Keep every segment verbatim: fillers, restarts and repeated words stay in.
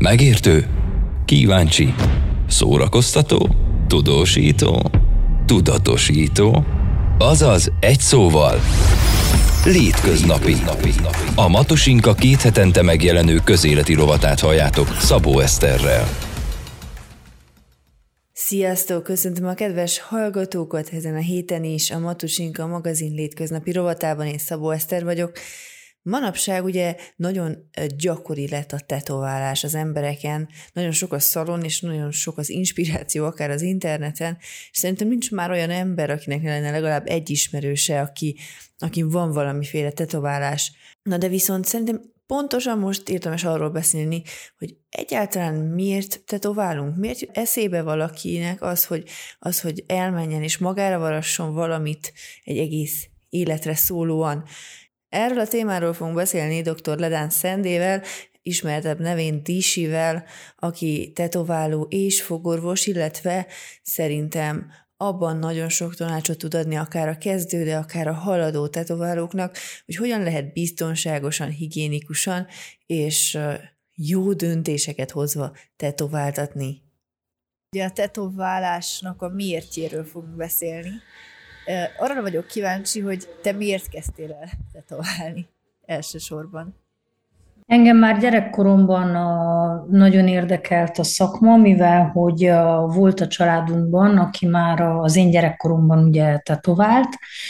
Megértő, kíváncsi, szórakoztató, tudósító, tudatosító, azaz egy szóval létköznapi. A Matosinka két hetente megjelenő közéleti rovatát halljátok Szabó Eszterrel. Sziasztok! Köszöntöm a kedves hallgatókat ezen a héten is, a Matosinka magazin létköznapi rovatában. Én Szabó Eszter vagyok. Manapság ugye nagyon gyakori lett a tetoválás az embereken, nagyon sok a szalon, és nagyon sok az inspiráció akár az interneten, és szerintem nincs már olyan ember, akinek ne lenne legalább egy ismerőse, aki, aki van valamiféle tetoválás. Na de viszont szerintem pontosan most érdemes arról beszélni, hogy egyáltalán miért tetoválunk, miért jut eszébe valakinek az, hogy, az, hogy elmenjen és magára varasson valamit egy egész életre szólóan. Erről a témáról fogunk beszélni dr. Ledán Szendével, ismertebb nevén Dísivel, aki tetováló és fogorvos, illetve szerintem abban nagyon sok tanácsot tud adni akár a kezdő, de akár a haladó tetoválóknak, hogy hogyan lehet biztonságosan, higiénikusan és jó döntéseket hozva tetováltatni. Ugye a tetoválásnak a miértjéről fogunk beszélni. Arra vagyok kíváncsi, hogy te miért kezdtél el tetoválni elsősorban? Engem már gyerekkoromban a, nagyon érdekelt a szakma, mivel hogy a, volt a családunkban, aki már az én gyerekkoromban ugye tetovált,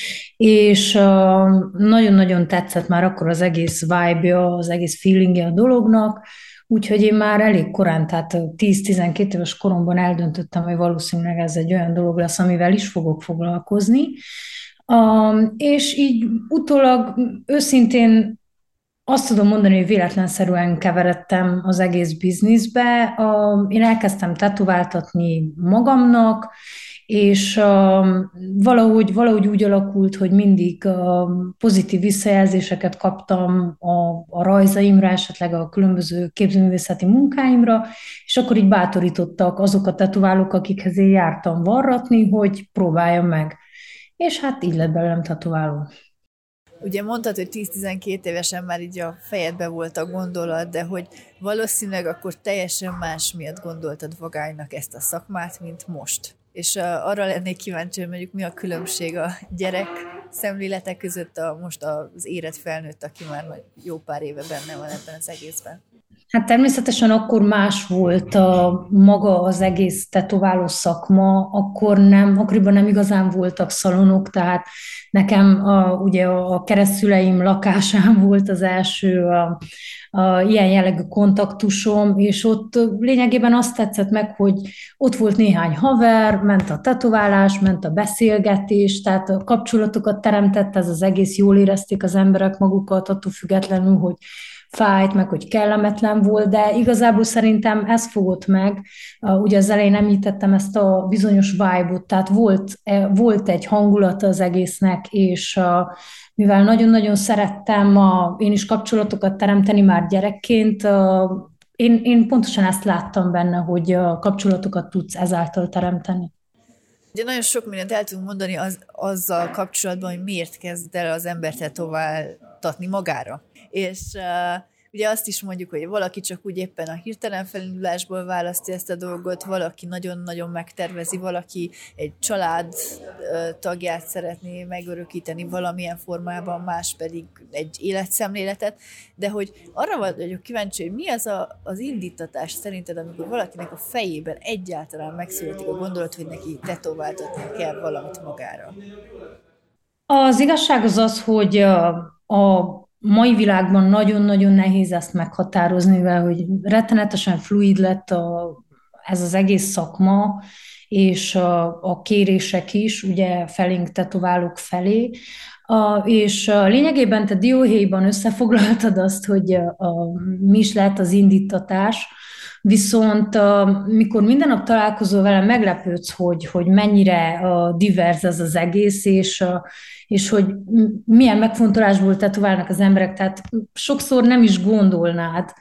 és a, nagyon-nagyon tetszett már akkor az egész vibe-ja, az egész feelingje a dolognak, úgyhogy én már elég korán, tehát tíz-tizenkét éves koromban eldöntöttem, hogy valószínűleg ez egy olyan dolog lesz, amivel is fogok foglalkozni. Um, és így utólag őszintén azt tudom mondani, hogy véletlenszerűen keveredtem az egész bizniszbe. Uh, én elkezdtem tetováltatni magamnak, és uh, valahogy, valahogy úgy alakult, hogy mindig uh, pozitív visszajelzéseket kaptam a, a rajzaimra, esetleg a különböző képzőművészeti munkáimra, és akkor így bátorítottak azok a tetoválók, akikhez én jártam varratni, hogy próbáljam meg. És hát így lett belőlem tetováló. Ugye mondtad, hogy tíz-tizenkét évesen már így a fejedbe volt a gondolat, de hogy valószínűleg akkor teljesen más miatt gondoltad vagánynak ezt a szakmát, mint most. És uh, arra lennék kíváncsi, hogy mondjuk mi a különbség a gyerek szemlélete között a, most az érett felnőtt, aki már jó pár éve benne van ebben az egészben. Hát természetesen akkor más volt a maga az egész tetováló szakma, akkor nem, akkoriban nem igazán voltak szalonok, tehát nekem a, ugye a keresztszüleim lakásán volt az első a, a ilyen jellegű kontaktusom, és ott lényegében azt tetszett meg, hogy ott volt néhány haver, ment a tetoválás, ment a beszélgetés, tehát a kapcsolatokat teremtett ez az egész, jól érezték az emberek magukat, attól függetlenül, hogy fájt, meg hogy kellemetlen volt, de igazából szerintem ez fogott meg. Ugye az elején említettem ezt a bizonyos vibe-ot, tehát volt, volt egy hangulata az egésznek, és mivel nagyon-nagyon szerettem a, én is kapcsolatokat teremteni már gyerekként, én, én pontosan ezt láttam benne, hogy a kapcsolatokat tudsz ezáltal teremteni. Ugye nagyon sok mindent el tudunk mondani az, azzal kapcsolatban, hogy miért kezd el az ember tetováltatni magára. És uh, ugye azt is mondjuk, hogy valaki csak úgy éppen a hirtelen felindulásból választja ezt a dolgot, valaki nagyon-nagyon megtervezi, valaki egy család uh, tagját szeretné megörökíteni valamilyen formában, más pedig egy életszemléletet, de hogy arra vagyok kíváncsi, hogy mi az a, az indítatás szerinted, amikor valakinek a fejében egyáltalán megszületik a gondolat, hogy neki tetováltatni kell valamit magára. Az igazság az az, hogy a, a mai világban nagyon-nagyon nehéz ezt meghatározni, mivel hogy rettenetesen fluid lett a, ez az egész szakma, és a, a kérések is, ugye felénk tetoválók felé, a, és a lényegében te dióhéjban összefoglaltad azt, hogy a, a, mi is lehet az indítatás, viszont a, mikor minden nap találkozol vele, meglepődsz, hogy, hogy mennyire a, divers ez az egész, és, a, és hogy milyen megfontolásból tetoválnak az emberek, tehát sokszor nem is gondolnád,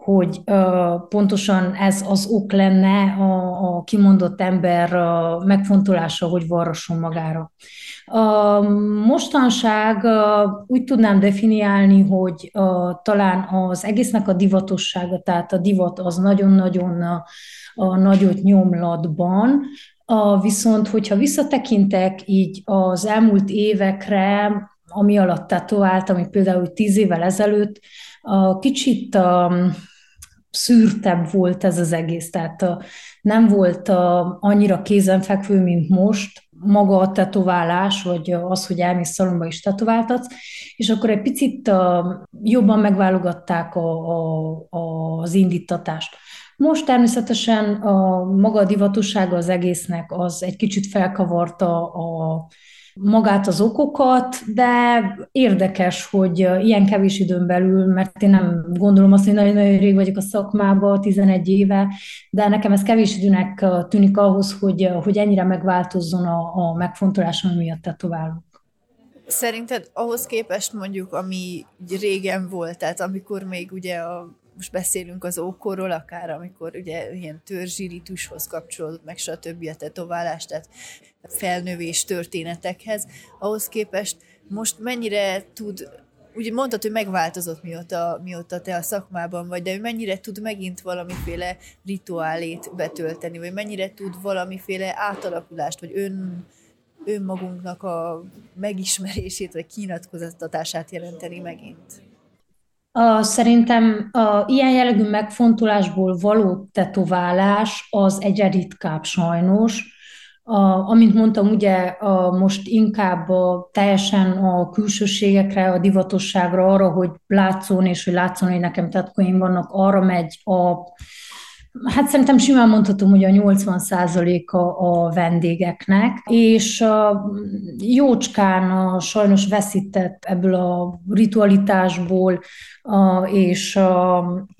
hogy uh, pontosan ez az ok lenne a, a kimondott ember uh, megfontolása, hogy varrasson magára. Uh, mostanság uh, úgy tudnám definiálni, hogy uh, talán az egésznek a divatossága, tehát a divat az nagyon-nagyon uh, uh, nagyot nyomlatban, uh, viszont hogyha visszatekintek így az elmúlt évekre, ami alatt tetováltam, ami például tíz évvel ezelőtt, uh, kicsit um, szűrtebb volt ez az egész, tehát uh, nem volt uh, annyira kézenfekvő, mint most, maga a tetoválás, vagy az, hogy elmész szalomba is tetováltatsz, és akkor egy picit uh, jobban megválogatták a, a, a, az indítatást. Most természetesen a maga a divatossága az egésznek az egy kicsit felkavarta a magát az okokat, de érdekes, hogy ilyen kevés időn belül, mert én nem gondolom azt, hogy nagyon-nagyon rég vagyok a szakmában, tizenegy éve, de nekem ez kevés időnek tűnik ahhoz, hogy, hogy ennyire megváltozzon a, a megfontolásom, miatt tetoválok. Szerinted ahhoz képest mondjuk, ami régen volt, tehát amikor még ugye a most beszélünk az ókorról, akár amikor ugye ilyen törzsi ritushoz kapcsolódott, meg stb. A tetoválás, tehát felnövés történetekhez, ahhoz képest most mennyire tud, ugye mondtad, hogy megváltozott mióta, mióta te a szakmában vagy, de mennyire tud megint valamiféle rituálét betölteni, vagy mennyire tud valamiféle átalakulást, vagy ön, önmagunknak a megismerését, vagy kinyilatkoztatását jelenteni megint? A, szerintem a ilyen jellegű megfontolásból való tetoválás az egyre ritkább sajnos. A, amint mondtam, ugye a, most inkább a, teljesen a külsőségekre, a divatosságra, arra, hogy látszón és hogy látszón, hogy nekem tetkóim vannak, arra megy a Hát szerintem simán mondhatom, hogy a nyolcvan százaléka a vendégeknek, és a jócskán a sajnos veszített ebből a ritualitásból a, és a,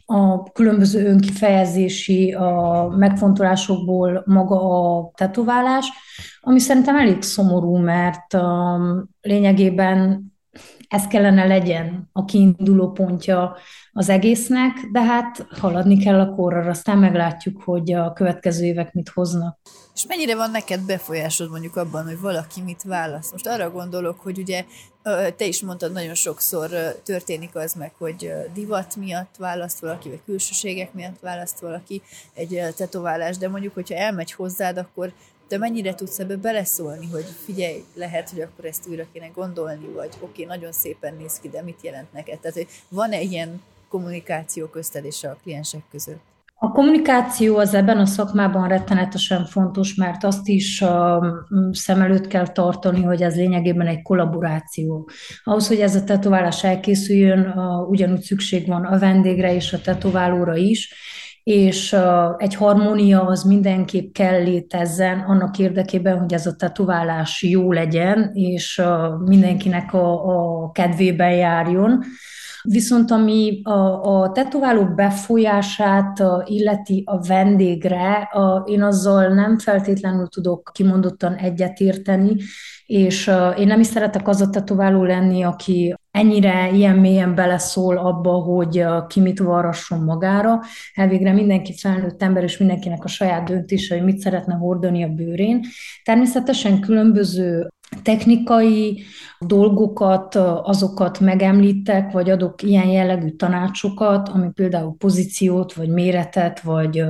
a különböző önkifejezési a megfontolásokból maga a tetoválás, ami szerintem elég szomorú, mert a, lényegében ez kellene legyen a kiinduló pontja az egésznek, de hát haladni kell a korral, aztán meglátjuk, hogy a következő évek mit hoznak. És mennyire van neked befolyásod mondjuk abban, hogy valaki mit választ? Most arra gondolok, hogy ugye te is mondtad, nagyon sokszor történik az meg, hogy divat miatt választ valaki, vagy külsőségek miatt választ valaki egy tetoválást, de mondjuk, hogyha elmegy hozzád, akkor te mennyire tudsz ebbe beleszólni, hogy figyelj, lehet, hogy akkor ezt újra kéne gondolni, vagy oké, okay, nagyon szépen néz ki, de mit jelent neked? Tehát, hogy van-e ilyen kommunikáció közted és a kliensek között? A kommunikáció az ebben a szakmában rettenetesen fontos, mert azt is uh, szem előtt kell tartani, hogy ez lényegében egy kollaboráció. Ahhoz, hogy ez a tetoválás elkészüljön, uh, ugyanúgy szükség van a vendégre és a tetoválóra is, és uh, egy harmónia az mindenképp kell létezzen annak érdekében, hogy ez a tetoválás jó legyen, és uh, mindenkinek a, a kedvében járjon. Viszont ami a, a tetováló befolyását a, illeti a vendégre, a, én azzal nem feltétlenül tudok kimondottan egyetérteni, és a, én nem is szeretek az a tetováló lenni, aki ennyire ilyen mélyen beleszól abba, hogy a, ki mit varrasson magára. Elvégre mindenki felnőtt ember, és mindenkinek a saját döntése, hogy mit szeretne hordani a bőrén. Természetesen különböző technikai dolgokat, azokat megemlítek, vagy adok ilyen jellegű tanácsokat, ami például pozíciót, vagy méretet, vagy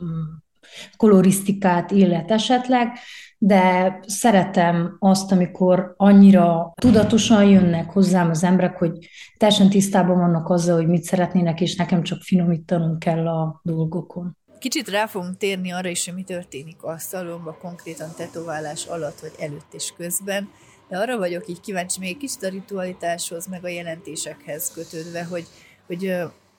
kolorisztikát illet esetleg, de szeretem azt, amikor annyira tudatosan jönnek hozzám az emberek, hogy teljesen tisztában vannak azzal, hogy mit szeretnének, és nekem csak finomítanunk kell a dolgokon. Kicsit rá fogunk térni arra is, hogy mi történik a szalomba, konkrétan tetoválás alatt, vagy előtt és közben, de arra vagyok így kíváncsi még kicsit a ritualitáshoz, meg a jelentésekhez kötődve, hogy, hogy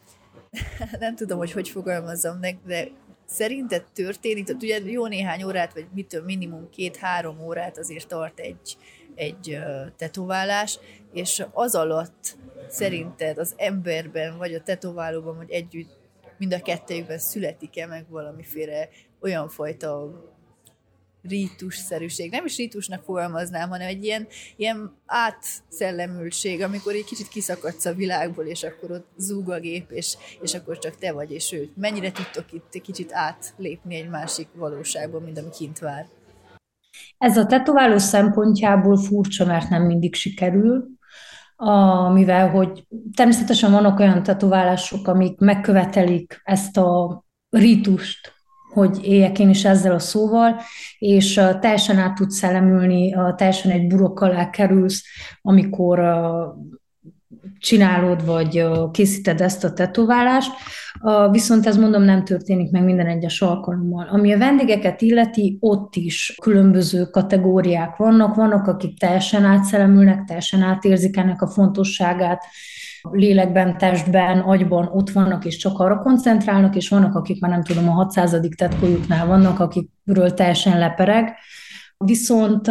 nem tudom, hogy hogy fogalmazzam meg, de szerinted történik, tehát ugye jó néhány órát, vagy mitől minimum két-három órát azért tart egy, egy tetoválás, és az alatt szerinted az emberben, vagy a tetoválóban, vagy együtt mind a kettőjükben születik-e meg valamiféle olyan fajta rítusszerűség. Nem is rítusnak fogalmaznám, hanem egy ilyen, ilyen átszellemültség, amikor egy kicsit kiszakadsz a világból, és akkor ott zúg a gép, és, és akkor csak te vagy, és ő. Mennyire tudtok itt egy kicsit átlépni egy másik valóságból, mint ami kint vár? Ez a tetováló szempontjából furcsa, mert nem mindig sikerül, a, mivel hogy természetesen vannak olyan tetoválások, amik megkövetelik ezt a rítust, hogy éljek én is ezzel a szóval, és uh, teljesen át tudsz szellemülni, uh, teljesen egy burok alá kerülsz, amikor uh, csinálod, vagy uh, készíted ezt a tetoválást, uh, viszont ez mondom nem történik meg minden egyes alkalommal. Ami a vendégeket illeti, ott is különböző kategóriák vannak, vannak, akik teljesen átszellemülnek, teljesen átérzik ennek a fontosságát, lélekben, testben, agyban ott vannak, és csak arra koncentrálnak, és vannak, akik már nem tudom, a hatszázadik tetkójuknál vannak, akikről teljesen lepereg. Viszont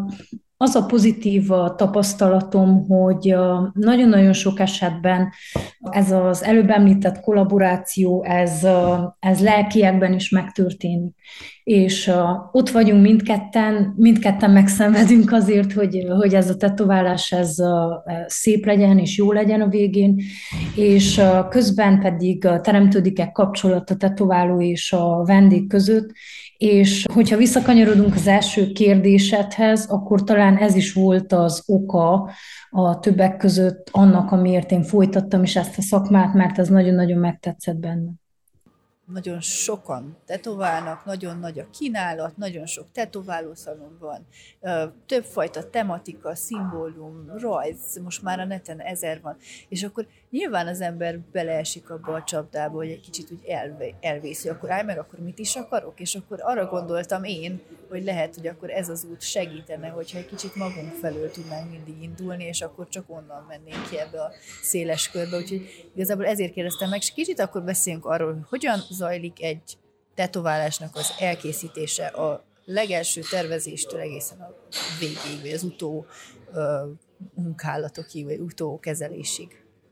az a pozitív tapasztalatom, hogy nagyon-nagyon sok esetben ez az előbb említett kollaboráció, ez, ez lelkiekben is megtörténik. És ott vagyunk mindketten, mindketten megszenvedünk azért, hogy, hogy ez a tetoválás ez szép legyen és jó legyen a végén, és közben pedig teremtődik-e kapcsolat a tetováló és a vendég között, és hogyha visszakanyarodunk az első kérdésedhez, akkor talán ez is volt az oka a többek között annak, amiért én folytattam is ezt a szakmát, mert ez nagyon-nagyon megtetszett benne. Nagyon sokan tetoválnak, nagyon nagy a kínálat, nagyon sok tetoválószalon van, többfajta tematika, szimbólum, rajz, most már a neten ezer van, és akkor nyilván az ember beleesik abba a csapdába, hogy egy kicsit úgy elvé, elvészi, akkor állj meg, akkor mit is akarok, és akkor arra gondoltam én, hogy lehet, hogy akkor ez az út segítene, hogyha egy kicsit magunk felől tudnánk mindig indulni, és akkor csak onnan mennénk ki ebbe a széles körbe, úgyhogy igazából ezért kérdeztem meg, és kicsit akkor beszéljünk arról, hogy hogyan zajlik egy tetoválásnak az elkészítése a legelső tervezéstől egészen a végéig, vagy az utó uh, munkálatokig, vagy utó kezelésig.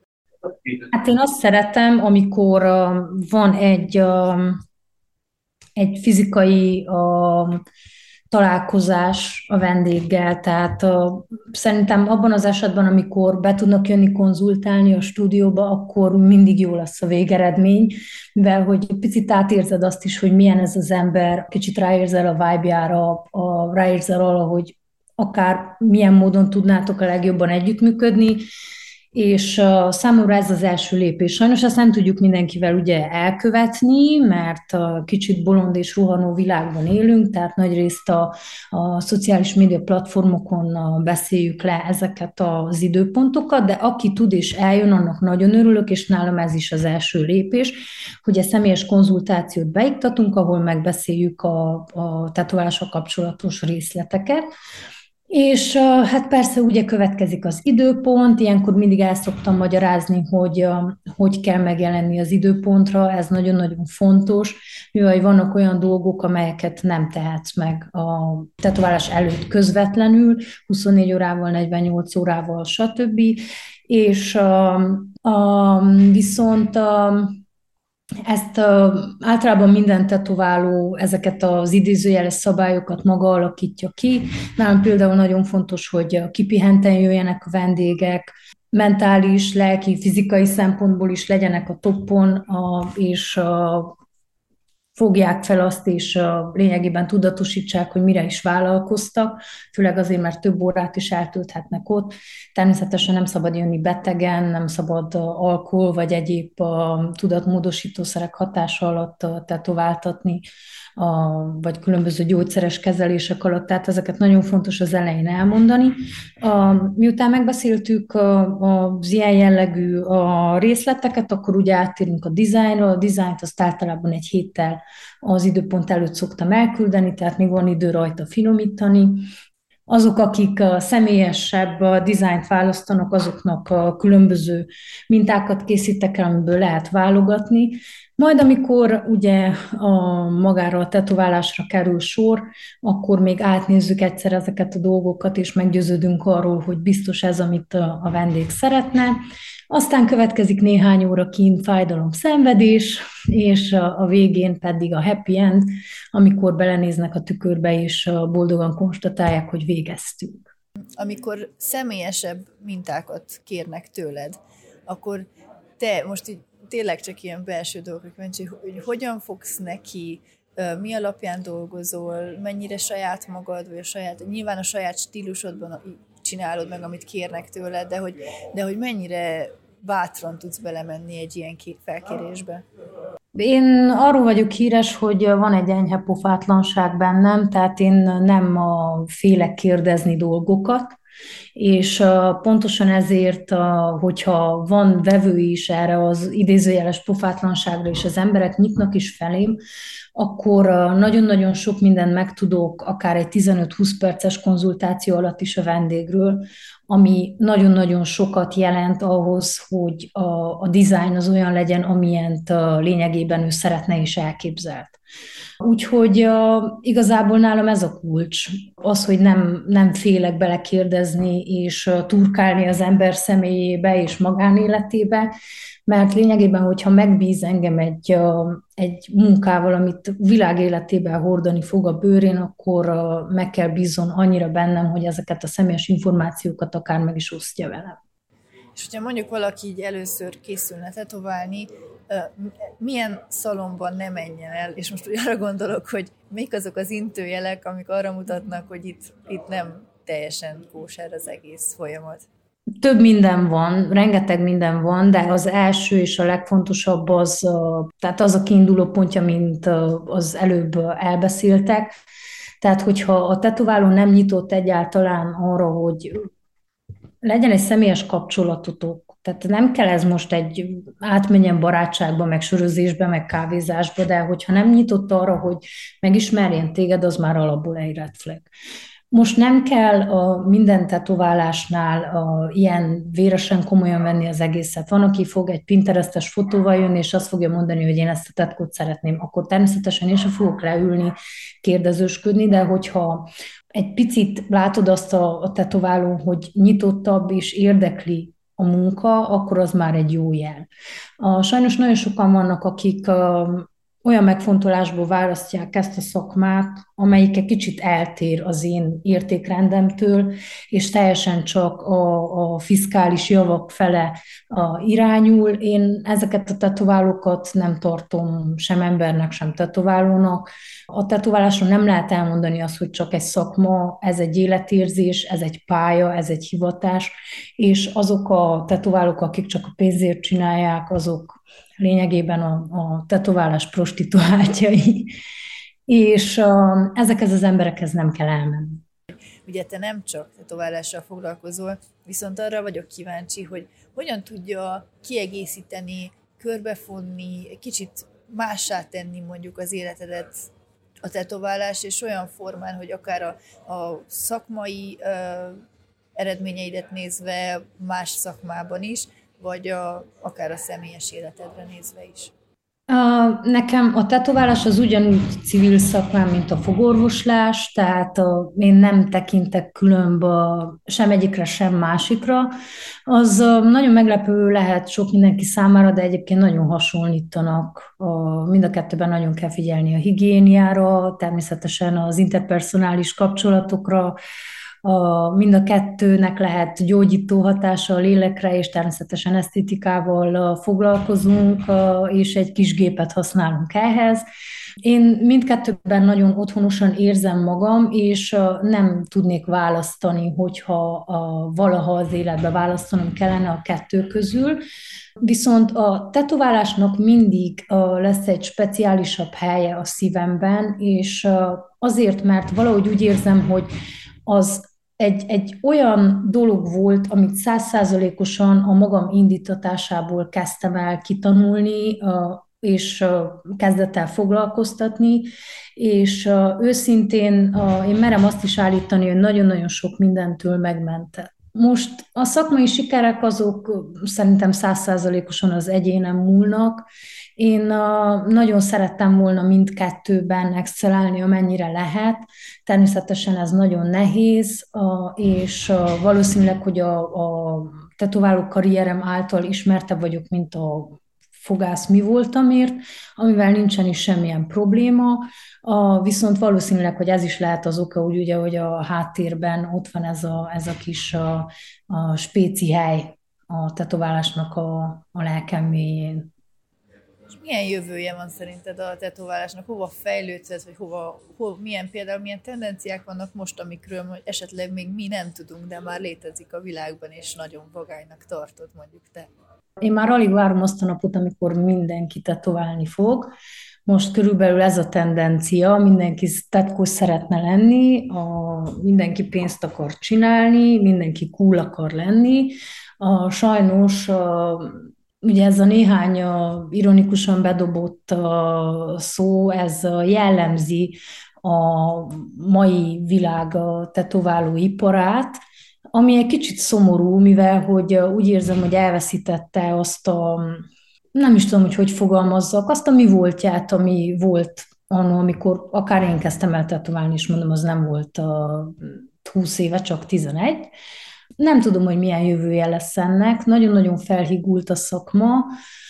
Hát én azt szeretem, amikor uh, van egy, uh, egy fizikai uh, találkozás a vendéggel, tehát uh, szerintem abban az esetben, amikor be tudnak jönni konzultálni a stúdióba, akkor mindig jó lesz a végeredmény, mivel hogy picit átérzed azt is, hogy milyen ez az ember, kicsit ráérzel a vibe-jára, a, ráérzel arra, hogy akár milyen módon tudnátok a legjobban együttműködni, és uh, számomra ez az első lépés. Sajnos ezt nem tudjuk mindenkivel ugye elkövetni, mert uh, kicsit bolond és rohanó világban élünk, tehát nagyrészt a, a szociális média platformokon uh, beszéljük le ezeket az időpontokat, de aki tud és eljön, annak nagyon örülök, és nálam ez is az első lépés, hogy a személyes konzultációt beiktatunk, ahol megbeszéljük a, a tetoválással kapcsolatos részleteket. És uh, hát persze ugye következik az időpont, ilyenkor mindig el szoktam magyarázni, hogy uh, hogy kell megjelenni az időpontra, ez nagyon-nagyon fontos, mivel vannak olyan dolgok, amelyeket nem tehetsz meg a tetoválás előtt közvetlenül, huszonnégy órával, negyvennyolc órával, stb. És uh, uh, viszont... Uh, Ezt uh, általában minden tetováló ezeket az idézőjeles szabályokat maga alakítja ki. Nálam például nagyon fontos, hogy kipihenten jöjjenek a vendégek, mentális, lelki, fizikai szempontból is legyenek a toppon, a, és a, fogják fel azt, és a, lényegében tudatosítsák, hogy mire is vállalkoztak, főleg azért, mert több órát is eltölthetnek ott. Természetesen nem szabad jönni betegen, nem szabad alkohol vagy egyéb a tudatmódosítószerek hatása alatt tetováltatni, a, vagy különböző gyógyszeres kezelések alatt, tehát ezeket nagyon fontos az elején elmondani. A, miután megbeszéltük a, az ilyen jellegű a részleteket, akkor ugye áttérünk a dizájnra, a dizájnt azt általában egy héttel az időpont előtt szoktam elküldeni, tehát még van idő rajta finomítani. Azok, akik a személyesebb dizájnt választanak, azoknak a különböző mintákat készítek el, amiből lehet válogatni. Majd amikor ugye a magára a tetoválásra kerül sor, akkor még átnézzük egyszer ezeket a dolgokat, és meggyőződünk arról, hogy biztos ez, amit a, a vendég szeretne. Aztán következik néhány óra kint fájdalom, szenvedés, és a, a végén pedig a happy end, amikor belenéznek a tükörbe, és boldogan konstatálják, hogy végeztünk. Amikor személyesebb mintákat kérnek tőled, akkor te most így tényleg csak ilyen belső dolgok, hogy hogyan fogsz neki, mi alapján dolgozol, mennyire saját magad, vagy a saját, nyilván a saját stílusodban csinálod meg, amit kérnek tőled, de hogy, de hogy mennyire bátran tudsz belemenni egy ilyen felkérésbe? Én arról vagyok híres, hogy van egy enyhe pofátlanság bennem, tehát én nem félek kérdezni dolgokat, és pontosan ezért, hogyha van vevő is erre az idézőjeles pofátlanságra, és az emberek nyitnak is felém, akkor nagyon-nagyon sok mindent megtudok, akár egy tizenöt-húsz perces konzultáció alatt is a vendégről, ami nagyon-nagyon sokat jelent ahhoz, hogy a, a design az olyan legyen, amilyent lényegében ő szeretne és elképzelt. Úgyhogy uh, igazából nálam ez a kulcs. Az, hogy nem, nem félek belekérdezni és uh, turkálni az ember személyébe és magánéletébe, mert lényegében, hogyha megbíz engem egy, uh, egy munkával, amit világéletében hordani fog a bőrén, akkor uh, meg kell bízzon annyira bennem, hogy ezeket a személyes információkat akár meg is osztja velem. És hogyha mondjuk valaki így először készülne tetoválni, milyen szalomban ne menjen el, és most úgy arra gondolok, hogy mik azok az intőjelek, amik arra mutatnak, hogy itt, itt nem teljesen kóser az egész folyamat. Több minden van, rengeteg minden van, de az első és a legfontosabb az, tehát az a kiinduló pontja, mint az előbb elbeszéltek. Tehát, hogyha a tetováló nem nyitott egyáltalán arra, hogy legyen egy személyes kapcsolatotok, tehát nem kell ez most egy átmenjen barátságba, meg sörözésbe, meg kávézásba, de hogyha nem nyitott arra, hogy megismerjen téged, az már alapból egy red flag. Most nem kell a minden tetoválásnál a, ilyen véresen komolyan venni az egészet. Van, aki fog egy Pinterestes fotóval jönni, és azt fogja mondani, hogy én ezt a tetkót szeretném. Akkor természetesen én sem fogok leülni, kérdezősködni, de hogyha egy picit látod azt a, a tetováló, hogy nyitottabb és érdekli a munka, akkor az már egy jó jel. A, sajnos nagyon sokan vannak, akik a, olyan megfontolásból választják ezt a szakmát, amelyik egy kicsit eltér az én értékrendemtől, és teljesen csak a, a fiskális javak fele a, irányul. Én ezeket a tetoválókat nem tartom sem embernek, sem tetoválónak. A tetoválásról nem lehet elmondani azt, hogy csak egy szakma, ez egy életérzés, ez egy pálya, ez egy hivatás, és azok a tetoválók, akik csak a pénzért csinálják, azok lényegében a, a tetoválás prostituáltjai, és uh, ezekhez az emberekhez nem kell elmenni. Ugye te nem csak tetoválással foglalkozol, viszont arra vagyok kíváncsi, hogy hogyan tudja kiegészíteni, körbefonni, egy kicsit mássá tenni mondjuk az életedet a tetoválás, és olyan formán, hogy akár a, a szakmai uh, eredményeidet nézve más szakmában is, vagy a, akár a személyes életedre nézve is. A, nekem a tetoválás az ugyanúgy civil szakmám, mint a fogorvoslás, tehát a, én nem tekintek különbe sem egyikre, sem másikra. Az a, nagyon meglepő lehet sok mindenki számára, de egyébként nagyon hasonlítanak. A, mind a kettőben nagyon kell figyelni a higiéniára, természetesen az interpersonális kapcsolatokra. A, mind a kettőnek lehet gyógyító hatása a lélekre, és természetesen esztétikával foglalkozunk, és egy kis gépet használunk ehhez. Én mindkettőben nagyon otthonosan érzem magam, és nem tudnék választani, hogyha a, valaha az életbe választanom kellene a kettő közül. Viszont a tetoválásnak mindig lesz egy speciálisabb helye a szívemben, és azért, mert valahogy úgy érzem, hogy az Egy, egy olyan dolog volt, amit százszázalékosan a magam indítatásából kezdtem el kitanulni, és kezdett el foglalkoztatni, és őszintén én merem azt is állítani, hogy nagyon-nagyon sok mindentől megmentett. Most a szakmai sikerek azok szerintem százszázalékosan az egyénen múlnak, Én uh, nagyon szerettem volna mindkettőben excelálni, amennyire lehet. Természetesen ez nagyon nehéz, uh, és uh, valószínűleg, hogy a, a tetováló karrierem által ismertebb vagyok, mint a fogász mi voltamért, amivel nincsen is semmilyen probléma, a, viszont valószínűleg, hogy ez is lehet az oka, úgy ugye, hogy a háttérben ott van ez a, ez a kis a, a spéci hely a tetoválásnak a, a lelkem mélyén. És milyen jövője van szerinted a tetoválásnak? Hova fejlődsz, vagy hova, hova, milyen például milyen tendenciák vannak most, amikről esetleg még mi nem tudunk, de már létezik a világban, és nagyon vagánynak tartod mondjuk te? Én már alig várom azt a napot, amikor mindenki tetoválni fog. Most körülbelül ez a tendencia, mindenki tetkós szeretne lenni, a, mindenki pénzt akar csinálni, mindenki cool akar lenni. A, sajnos a, ugye ez a néhány a, ironikusan bedobott a szó, ez a, jellemzi a mai világ a tetoválóiparát, ami egy kicsit szomorú, mivel hogy úgy érzem, hogy elveszítette azt a, nem is tudom, hogy hogy fogalmazzak, azt a mi voltját, ami volt anno, amikor akár én kezdtem el tetoválni, és mondom, az nem volt a húsz éve, csak tizenegy. Nem tudom, hogy milyen jövője lesz ennek. Nagyon-nagyon felhigult a szakma,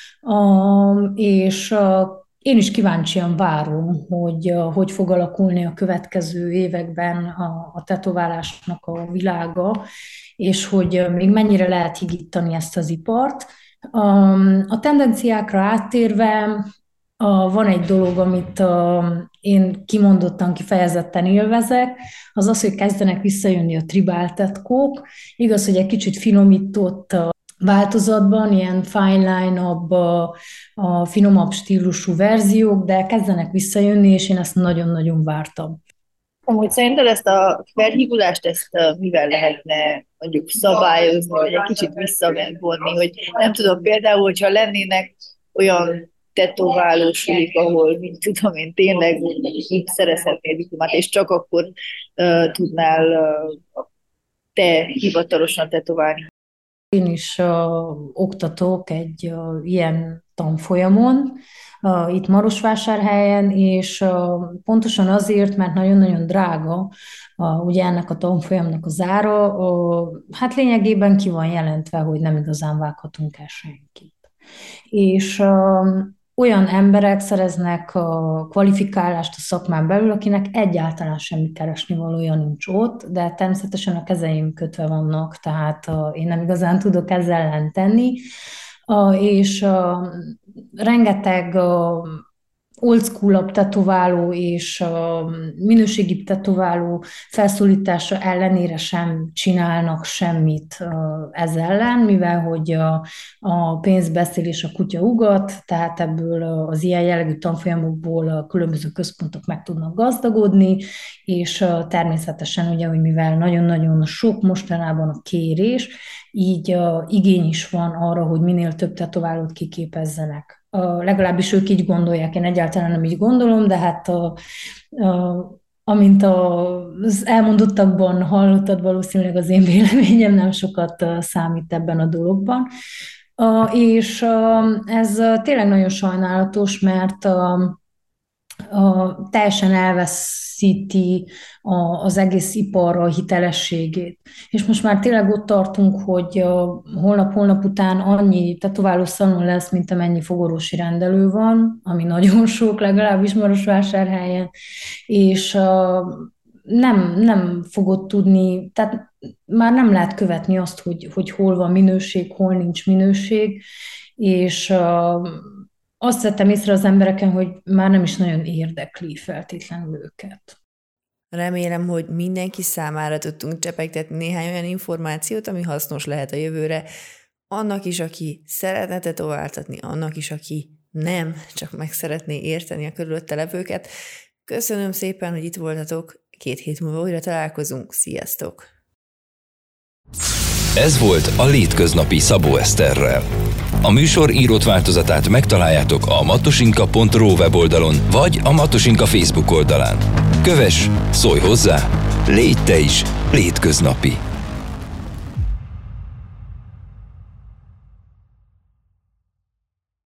és én is kíváncsian várom, hogy hogy fog alakulni a következő években a, a tetoválásnak a világa, és hogy még mennyire lehet higítani ezt az ipart. A, a tendenciákra áttérve a, van egy dolog, amit a, én kimondottan, kifejezetten élvezek, az az, hogy kezdenek visszajönni a tribál tetkók. Igaz, hogy egy kicsit finomított a változatban, ilyen fine line-abb, a, a finomabb stílusú verziók, de kezdenek visszajönni, és én ezt nagyon-nagyon vártam. Amúgy szerinted ezt a felhívulást, ezt mivel lehetne mondjuk szabályozni, vagy egy kicsit visszavonni, hogy nem tudom, például, hogyha lennének olyan tetoválósulik, ahol, mint tudom én, tényleg így szerezhetnél diplomát, és csak akkor uh, tudnál uh, te hivatalosan tetoválni. Én is uh, oktatok egy uh, ilyen tanfolyamon, uh, itt Marosvásárhelyen, és uh, pontosan azért, mert nagyon-nagyon drága uh, ugye ennek a tanfolyamnak az ára, uh, hát lényegében ki van jelentve, hogy nem igazán vághatunk el senkit. És uh, olyan emberek szereznek a kvalifikálást a szakmán belül, akinek egyáltalán semmi keresnivalója nincs ott, de természetesen a kezeim kötve vannak, tehát én nem igazán tudok ezzel ellen tenni, és rengeteg old school-abb tetováló és minőségi tetováló felszólítása ellenére sem csinálnak semmit ez ellen, mivel hogy a, a pénz beszél és a kutya ugat, tehát ebből az ilyen jellegű tanfolyamokból a különböző központok meg tudnak gazdagodni, és természetesen ugye, hogy mivel nagyon-nagyon sok mostanában a kérés, így a igény is van arra, hogy minél több tetoválót kiképezzenek. Uh, legalábbis ők így gondolják, én egyáltalán nem így gondolom, de hát a, a, amint a, az elmondottakban hallottad, valószínűleg az én véleményem nem sokat uh, számít ebben a dologban. Uh, és uh, ez uh, tényleg nagyon sajnálatos, mert uh, uh, teljesen elveszíti a, az egész ipar a hitelességét. És most már tényleg ott tartunk, hogy uh, holnap-holnap után annyi tetováló szalon lesz, mint amennyi fogorvosi rendelő van, ami nagyon sok, legalábbis Marosvásárhelyen, és uh, nem, nem fogod tudni, tehát már nem lehet követni azt, hogy, hogy hol van minőség, hol nincs minőség, és uh, azt vettem észre az embereken, hogy már nem is nagyon érdekli feltétlenül őket. Remélem, hogy mindenki számára tudtunk csepegtetni néhány olyan információt, ami hasznos lehet a jövőre. Annak is, aki szeretne tetováltatni, annak is, aki nem, csak meg szeretné érteni a körülötte levőket. Köszönöm szépen, hogy itt voltatok. Két hét múlva újra találkozunk. Sziasztok! Ez volt a Létköznapi Szabó Eszterrel. A műsor írott változatát megtaláljátok a matosinka pont ro weboldalon, vagy a Matosinka Facebook oldalán. Kövess, szólj hozzá, légy te is létköznapi!